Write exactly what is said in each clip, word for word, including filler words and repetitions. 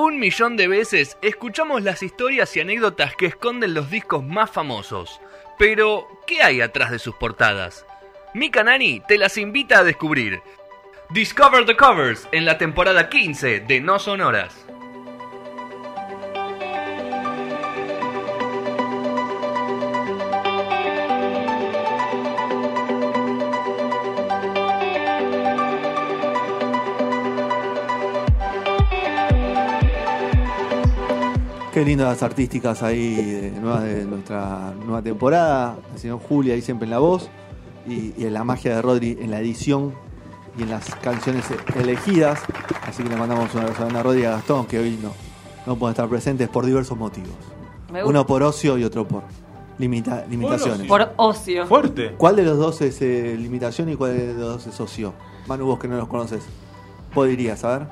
Un millón de veces escuchamos las historias y anécdotas que esconden los discos más famosos. Pero, ¿qué hay atrás de sus portadas? Mika Nani te las invita a descubrir. Discover the Covers en la temporada quince de No Sonoras. Qué lindas artísticas ahí de, nuevas de nuestra nueva temporada. El señor Julia ahí siempre en la voz y, y en la magia de Rodri en la edición y en las canciones elegidas. Así que le mandamos una beso a Rodri y a Gastón, que hoy no, no pueden estar presentes por diversos motivos. Uno por ocio y otro por limita, limitaciones. Por ocio. Fuerte. ¿Cuál de los dos es eh, limitación y cuál de los dos es ocio? Manu, vos que no los conoces, podrías saber.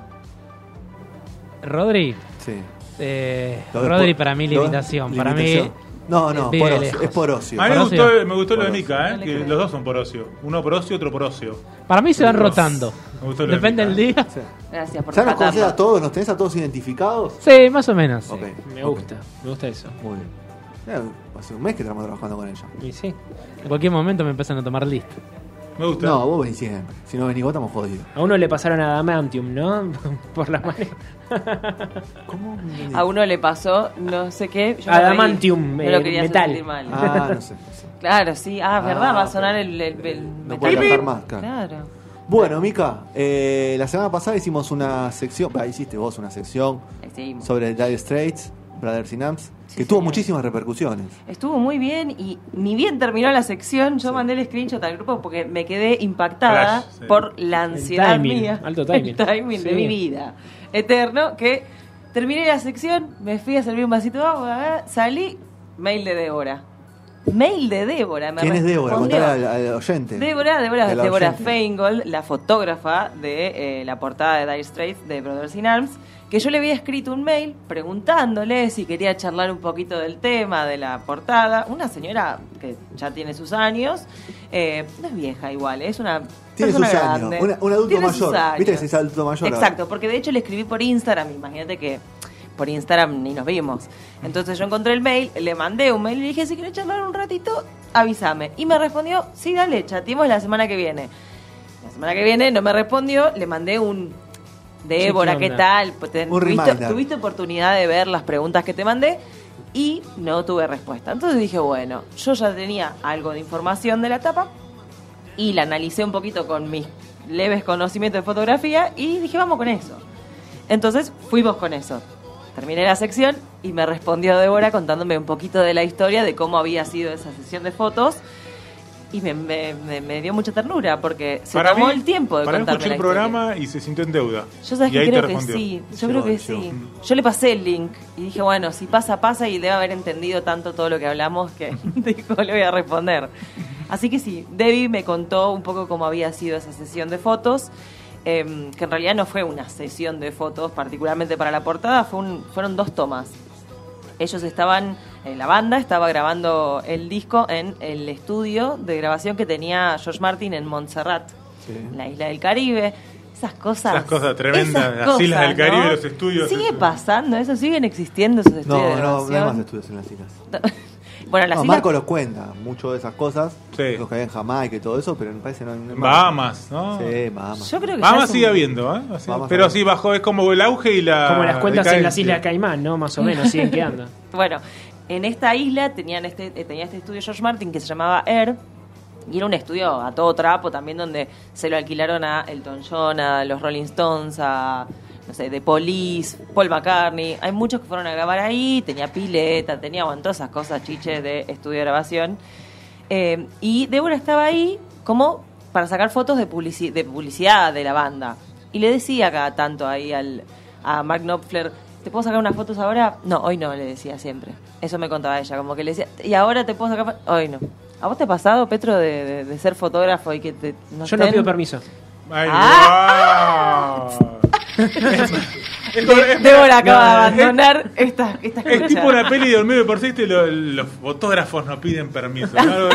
Rodri. Sí. Eh, Lo Rodri por, para mí limitación. Para limitación. mí. No, no, por ocio, es por ocio. A mí me por gustó, ocio. me gustó por lo de ocio. Mika, ¿eh? Que los dos son por ocio. Uno por ocio, otro por ocio. Para mí se van Por rotando. Me gustó lo de Depende Mika, del día. Sí. Gracias por ¿Ya nos conocés rescatarlo. a todos? ¿Nos tenés a todos identificados? Sí, más o menos. Ok, Me ok. gusta, me gusta eso. Muy bien. Ya, hace un mes que estamos trabajando con ella. Y sí. En cualquier momento me empiezan a tomar lista. Me gusta. No, vos venís siempre. Si no venís vos, estamos jodidos. A uno le pasaron a Adamantium, ¿no? Por la manera. ¿Cómo? A uno le pasó, no sé qué. Yo Adamantium, no lo eh, quería hacer metal. sentir mal. Ah, no sé. No sé. Claro, sí. Ah, verdad, Ah, va a sonar pero el, el, el No metal. puedo cantar más, claro. Claro. Bueno, Mika, eh, la semana pasada hicimos una sección, bah, hiciste vos una sección Ahí seguimos. sobre Dire Straits, Brothers in Arms, Sí, que tuvo señor. muchísimas repercusiones. Estuvo muy bien y ni bien terminó la sección, yo Sí. mandé el screenshot al grupo porque me quedé impactada Flash, sí. por la ansiedad timing, mía. alto timing. El timing de Sí. mi vida. Eterno, que terminé la sección, me fui a servir un vasito de agua, salí, mail de Débora. Mail de Débora. Me ¿Quién es Débora? respondió. Contale al, al oyente. Débora, Débora, De la Débora oyente. Feingold, la fotógrafa de eh, la portada de Dire Straits de Brothers in Arms, que yo le había escrito un mail preguntándole si quería charlar un poquito del tema de la portada. Una señora que ya tiene sus años, eh, no es vieja igual, es una Tiene persona sus años, grande. una- un adulto Tiene sus mayor. años. ¿Viste que se dice adulto mayor? Exacto, porque de hecho le escribí por Instagram, imagínate que por Instagram ni nos vimos. Entonces yo encontré el mail, le mandé un mail y le dije, si querés charlar un ratito, avísame. Y me respondió, sí, dale, chateemos la semana que viene. La semana que viene no me respondió, le mandé un... Débora, Sí, ¿qué ¿qué onda? tal? Te- Un ¿Tuviste, reminder. tuviste oportunidad de ver las preguntas que te mandé? Y no tuve respuesta. Entonces dije, bueno, yo ya tenía algo de información de la tapa y la analicé un poquito con mis leves conocimientos de fotografía y dije, vamos con eso. Entonces fuimos con eso. Terminé la sección y me respondió Débora contándome un poquito de la historia de cómo había sido esa sesión de fotos y me, me- me- me dio mucha ternura porque se Para tomó mí- el tiempo de Para mí contarme escuché la el historia. programa y se sintió en deuda. Yo sabes y que ahí creo te que respondió. sí, yo Sí, creo que sí. sí. Yo le pasé el link y dije, bueno, si pasa, pasa y debe haber entendido tanto todo lo que hablamos que dijo, le voy a responder. Así que sí, Debbie me contó un poco cómo había sido esa sesión de fotos, eh, que en realidad no fue una sesión de fotos particularmente para la portada, fue un, fueron dos tomas. Ellos estaban, eh, la banda estaba grabando el disco en el estudio de grabación que tenía George Martin en Montserrat, Sí. en la isla del Caribe. Esas cosas. Esas cosas tremendas, esas las islas del Caribe, ¿no? los estudios. Sigue Eso. pasando, eso siguen existiendo esos estudios No, de no, no hay grabación. más estudios en las islas. Bueno, las No, islas. Marco los cuenta, mucho de esas cosas, Sí. los que hay en Jamaica y todo eso, pero me parece no hay no hay más. Bahamas, ¿no? Sí, Bahamas. Yo creo que ya Bahamas es un- sigue habiendo, ¿eh? Así- Bahamas pero también. sí, bajó, es como el auge y la. Como las cuentas en las decadencia. Islas Caimán, ¿no? Más o menos, siguen quedando. Bueno, en esta isla tenían este, eh, tenía este estudio George Martin que se llamaba Air. Y era un estudio a todo trapo también donde se lo alquilaron a Elton John, a los Rolling Stones, a, no sé, The Police, Paul McCartney. Hay muchos que fueron a grabar ahí, tenía pileta, tenía bueno, todas esas cosas chiches de estudio de grabación. Eh, y Débora estaba ahí como para sacar fotos de, publici- de publicidad de la banda. Y le decía cada tanto ahí al, a Mark Knopfler, ¿te puedo sacar unas fotos ahora? No, hoy no, le decía siempre. Eso me contaba ella, como que le decía, ¿y ahora te puedo sacar fotos? Hoy no. ¿A vos te ha pasado, Petro, de, de, de ser fotógrafo y que te, no Yo no estén? pido permiso. Ay, Ah. wow. Es como- es- Débora acaba de no, abandonar esta, esta Es escucha. tipo una peli de Olmedo por seis y lo- los fotógrafos no piden permiso. ¿no?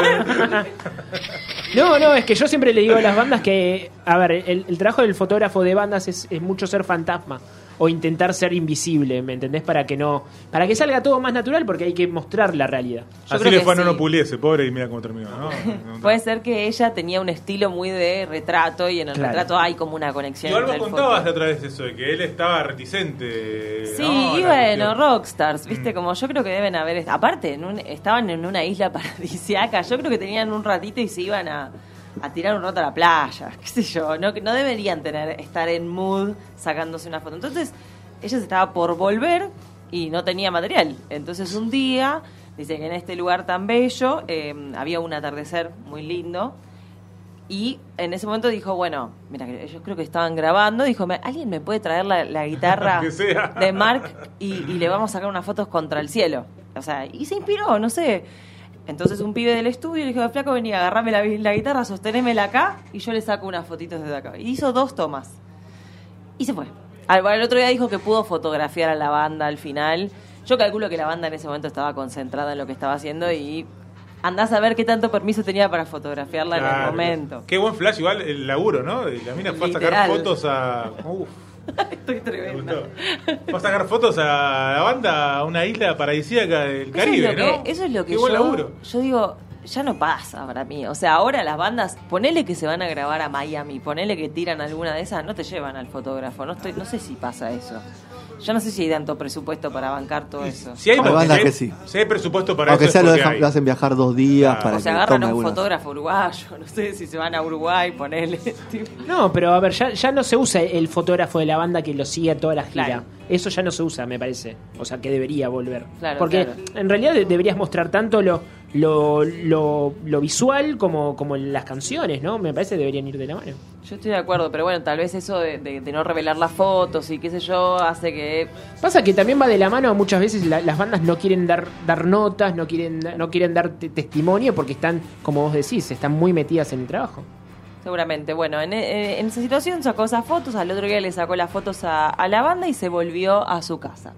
No, no, es que yo siempre le digo a las bandas que, a ver, el, el trabajo del fotógrafo de bandas es, es mucho ser fantasma. o intentar ser invisible, ¿me entendés? Para que no, para que salga todo más natural, porque hay que mostrar la realidad. Yo Así creo le que fue a sí. Nono Pugliese, pobre, y mira cómo terminó, ¿no? Puede ser que ella tenía un estilo muy de retrato y en el Claro. retrato hay como una conexión. Y algo entre el contabas foto. a través de eso, de que él estaba reticente. Sí, ¿no? y La bueno, cuestión. rockstars, viste, Mm. como yo creo que deben haber, aparte, en un- estaban en una isla paradisiaca, yo creo que tenían un ratito y se iban a, a tirar un rato a la playa, qué sé yo, no, no deberían tener estar en mood sacándose una foto. Entonces, ella se estaba por volver y no tenía material. Entonces, un día, dice que en este lugar tan bello eh, había un atardecer muy lindo. Y en ese momento dijo, bueno, mira, que ellos creo que estaban grabando, dijo, "Me- ¿alguien me puede traer la, la guitarra Que sea. de Mark y, y le vamos a sacar unas fotos contra el cielo?" O sea, y se inspiró, no sé. Entonces un pibe del estudio le dijo, flaco, vení, agarrame la, la guitarra, sostenémela acá y yo le saco unas fotitos desde acá. Y hizo dos tomas. Y se fue. Al, el otro día dijo que pudo fotografiar a la banda al final. Yo calculo que la banda en ese momento estaba concentrada en lo que estaba haciendo y andás a ver qué tanto permiso tenía para fotografiarla en el Claro. momento. Qué buen flash, igual el laburo, ¿no? Y la mina fue a sacar Literal. fotos a. Uf, Estoy me tremenda. gustó. Fue a sacar fotos a la banda, a una isla paradisíaca del Eso Caribe, es lo ¿no? que, eso es lo que Qué buen yo, laburo. yo digo, ya no pasa para mí. O sea, ahora las bandas, ponele que se van a grabar a Miami, ponele que tiran alguna de esas, no te llevan al fotógrafo. No estoy, no sé si pasa eso. Yo no sé si hay tanto presupuesto para bancar todo eso. Si hay, Hay bandas si hay- que sí. si hay presupuesto para Aunque eso. sea es lo, porque dejan, hay. lo hacen viajar dos días Claro. para O se que agarran tome a un algunas. fotógrafo uruguayo, no sé si se van a Uruguay, ponele. No, pero a ver, ya, ya no se usa el fotógrafo de la banda que lo sigue a toda la gira. Claro. Eso ya no se usa, me parece. O sea, que debería volver. Claro, Porque claro. en realidad de- deberías mostrar tanto lo, lo, lo, lo visual como, como las canciones, ¿no? Me parece que deberían ir de la mano. Yo estoy de acuerdo, pero bueno, tal vez eso de, de- de no revelar las fotos y qué sé yo, hace que... Pasa que también va de la mano, muchas veces la- las bandas no quieren dar, dar notas, no quieren, no quieren dar te- testimonio porque están, como vos decís, están muy metidas en el trabajo. Seguramente. Bueno, en, en- en esa situación sacó esas fotos, al otro día le sacó las fotos a, a la banda y se volvió a su casa.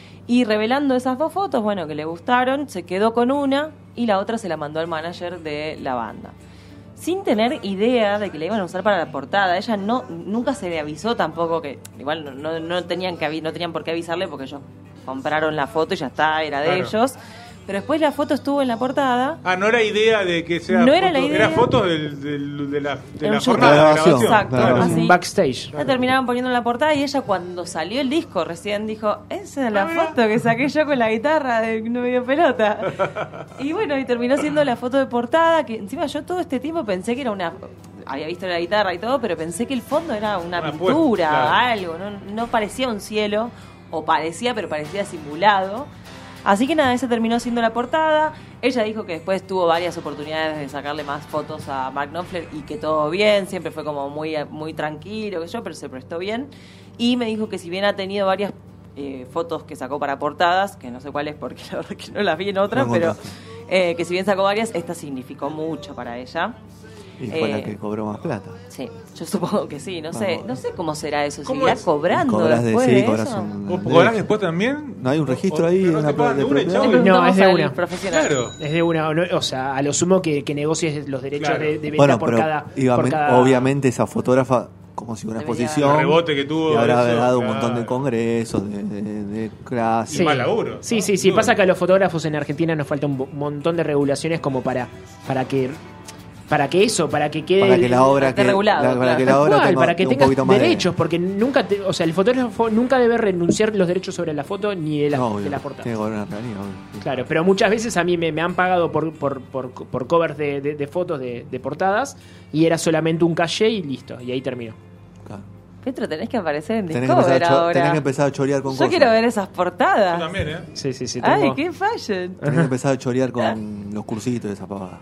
Y revelando esas dos fotos, bueno, que le gustaron, se quedó con una y la otra se la mandó al manager de la banda. Sin tener idea de que la iban a usar para la portada. Ella no nunca se le avisó tampoco que... Igual no, no, no tenían, que avi- no tenían por qué avisarle porque ellos compraron la foto y ya está, era de Claro. ellos. Pero después la foto estuvo en la portada. Ah, no era idea de que sea. No era foto- la idea. Era fotos del, del- de la, de Era la un shoot. jornada de La grabación. grabación. Exacto. Claro. así. Un backstage. La terminaron poniendo en la portada y ella cuando salió el disco recién dijo, esa es la foto que saqué yo con la guitarra de No me dio pelota. Y bueno, y terminó siendo la foto de portada, que encima yo todo este tiempo pensé que era una... Había visto la guitarra y todo, pero pensé que el fondo era una, Una pintura, puesta, claro. algo, no, no parecía un cielo, o parecía, pero parecía simulado. Así que nada, esa terminó siendo la portada. Ella dijo que después tuvo varias oportunidades de sacarle más fotos a Mark Knopfler y que todo bien, siempre fue como muy, muy tranquilo, que yo, pero se prestó bien. Y me dijo que si bien ha tenido varias eh, fotos que sacó para portadas, que no sé cuáles porque la verdad que no las vi en otras, No pero encontraste. eh, que si bien sacó varias, esta significó mucho para ella. Y fue la Eh, que cobró más plata. Sí, yo supongo que sí, no sé, Vamos. no sé cómo será eso, ¿Cómo seguirá es? cobrando Cobras de- después sí, de, cobras eso. un- ¿Vos cobrás después también? No hay un registro ahí, pero no una te pagan de de una y propiedad. chau. Le preguntamos No, es de al una. profesional. Claro. Es de una, no, o sea, a lo sumo que, que negocies los derechos Claro. de, de venta Bueno, por, pero cada, iba- por cada- obviamente esa fotógrafa, como si una Debería- exposición, El rebote que tuvo y habrá eso, dado un claro. montón de congresos, de, de, de clases. Y más laburo. Sí, ¿no? sí, sí. Sin duda. Pasa que a los fotógrafos en Argentina nos falta un bo- montón de regulaciones como para, para que para que eso, para que quede Para que la obra esté que, regulado, la- para claro. que la Tal obra cual, tenga para que un tengas poquito más de- derechos, porque nunca, te- o sea, el fotógrafo nunca debe renunciar los derechos sobre la foto ni de la, No, obvio, de la portada. tiene que cobrar una realidad, obvio. Claro, pero muchas veces a mí me, me han pagado por, por, por, por covers de, de- de fotos de, de portadas y era solamente un caché y listo, y ahí terminó. Claro. Petro, tenés que aparecer en Tenés que, empezar Discover a cho- ahora. tenés que empezar a chorear con Yo cosas. quiero ver esas portadas. Yo también, ¿eh? Sí, sí, sí. Ay, tengo- qué fashion. Tenés que empezar a chorear con los cursitos de esa pavada.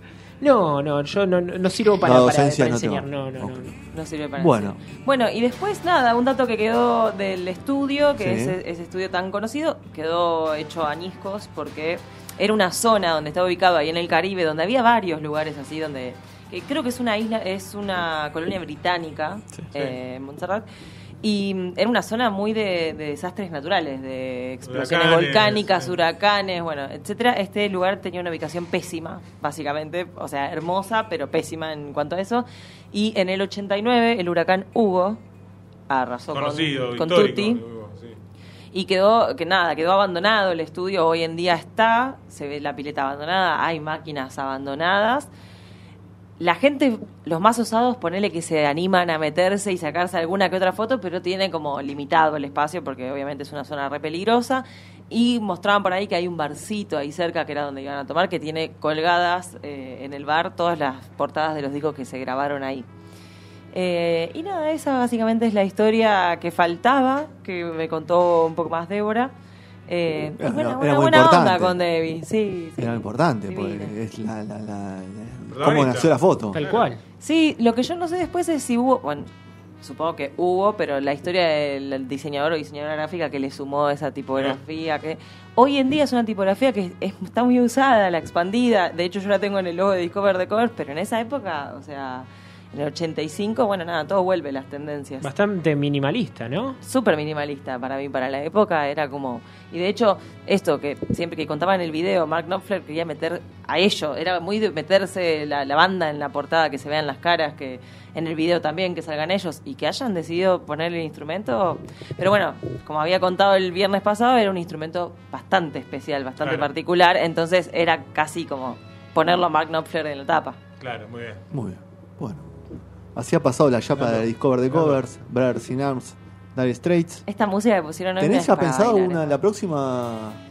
No, no, yo no, no sirvo para, La para- docencia para no te enseñar. va. No, no, no. Ok. no. No sirve para Bueno. nada. Bueno, y después nada, un dato que quedó del estudio, que Sí. es ese estudio tan conocido, quedó hecho añicos porque era una zona donde estaba ubicado ahí en el Caribe, donde había varios lugares así, donde que creo que es una isla, es una colonia británica, eh, Montserrat. Y mm, era una zona muy de, de desastres naturales, de explosiones Huracanes, volcánicas, sí. huracanes, bueno, etcétera. Este lugar tenía una ubicación pésima, básicamente, o sea, hermosa, pero pésima en cuanto a eso. Y en el ochenta y nueve, el huracán Hugo arrasó con, Conocido, con histórico. Tutti. Sí. Y quedó, que nada, quedó abandonado el estudio, hoy en día está, se ve la pileta abandonada, hay máquinas abandonadas. La gente, los más osados, ponele que se animan a meterse y sacarse alguna que otra foto, pero tiene como limitado el espacio porque obviamente es una zona re peligrosa. Y mostraban por ahí que hay un barcito ahí cerca, que era donde iban a tomar, que tiene colgadas eh, en el bar todas las portadas de los discos que se grabaron ahí. Eh, y nada, esa básicamente es la historia que faltaba, que me contó un poco más Débora. Eh, Era- y buena, era buena, muy buena onda importante. con Debbie, sí, sí. Era importante, Divina. porque es la, la, la, la- cómo Protagonista. nació la foto. Tal cual. Sí, lo que yo no sé después es si hubo, bueno, supongo que hubo, pero la historia del diseñador o diseñadora gráfica que le sumó esa tipografía, que hoy en día es una tipografía que es- está muy usada, la expandida. De hecho, yo la tengo en el logo de Discover the Covers, pero en esa época, o sea, en el ochenta y cinco, bueno, nada, todo vuelve las tendencias. Bastante minimalista, ¿no? Súper minimalista para mí, para la época era como... Y de hecho, esto que siempre que contaba en el video, Mark Knopfler quería meter a ello, era muy de meterse la, la banda en la portada, que se vean las caras, que en el video también, que salgan ellos, y que hayan decidido poner el instrumento. Pero bueno, como había contado el viernes pasado, era un instrumento bastante especial, bastante Claro. particular, entonces era casi como ponerlo a Mark Knopfler en la tapa. Claro, muy bien. Muy bien. Bueno. Así ha pasado la chapa Claro. de Discover the Claro. Covers, Brothers in Arms, Dire Straits. Esta música que pusieron hoy no ¿Tenés es ya para pensado bailar, una, es la próxima?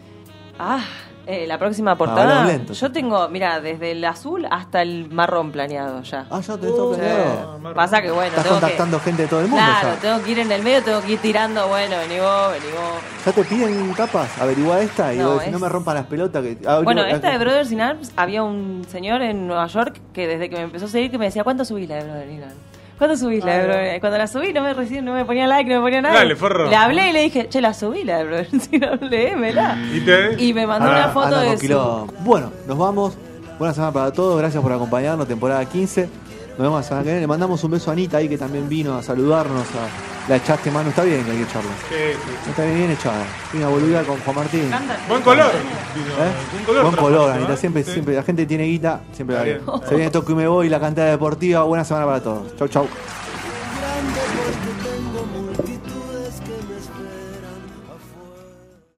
Ah, eh, la próxima Hablamos portada. lento. Yo tengo, mira, desde el azul hasta el marrón planeado ya. Ah, ya tenés todo Uh, planeado. Marrón. Pasa que bueno, Estás tengo contactando que, gente de todo el mundo claro, ya. tengo que ir en el medio, tengo que ir tirando, bueno, vení vos, vení vos. ¿Ya te piden tapas? Averigua esta y No, vos decís, no es- me rompan las pelotas. Que... Ah, Bueno, no, esta ah, de Brothers in Arms, había un señor en Nueva York que desde que me empezó a seguir que me decía, ¿cuánto subís la de Brothers in Arms? ¿Cuánto subís la de Brothers in Arms? Cuando la subí no me recién, no me ponía like, no me ponía nada. Dale, forro. Le hablé y le dije, che, la subí la de Brothers in Arms, léemela. ¿Y te? Y me mandó anda- una foto anda de con su... quilombo. Bueno, nos vamos. Buena semana para todos. Gracias por acompañarnos. Temporada quince. Nos vemos la semana que viene. Le mandamos un beso a Anita ahí que también vino a saludarnos. A... La echaste, mano. Está bien que hay que echarla. Sí, sí. Está bien, bien echada. Vino a boludear con Juan Martín. Canta- Buen color. ¿Eh? Buen color. Buen color, trabajo, Anita. ¿no? Siempre, Sí. siempre. La gente tiene guita. Siempre va Está bien. bien. Se viene Toco y me voy. La cantidad deportiva. Buena semana para todos. Chau, chau.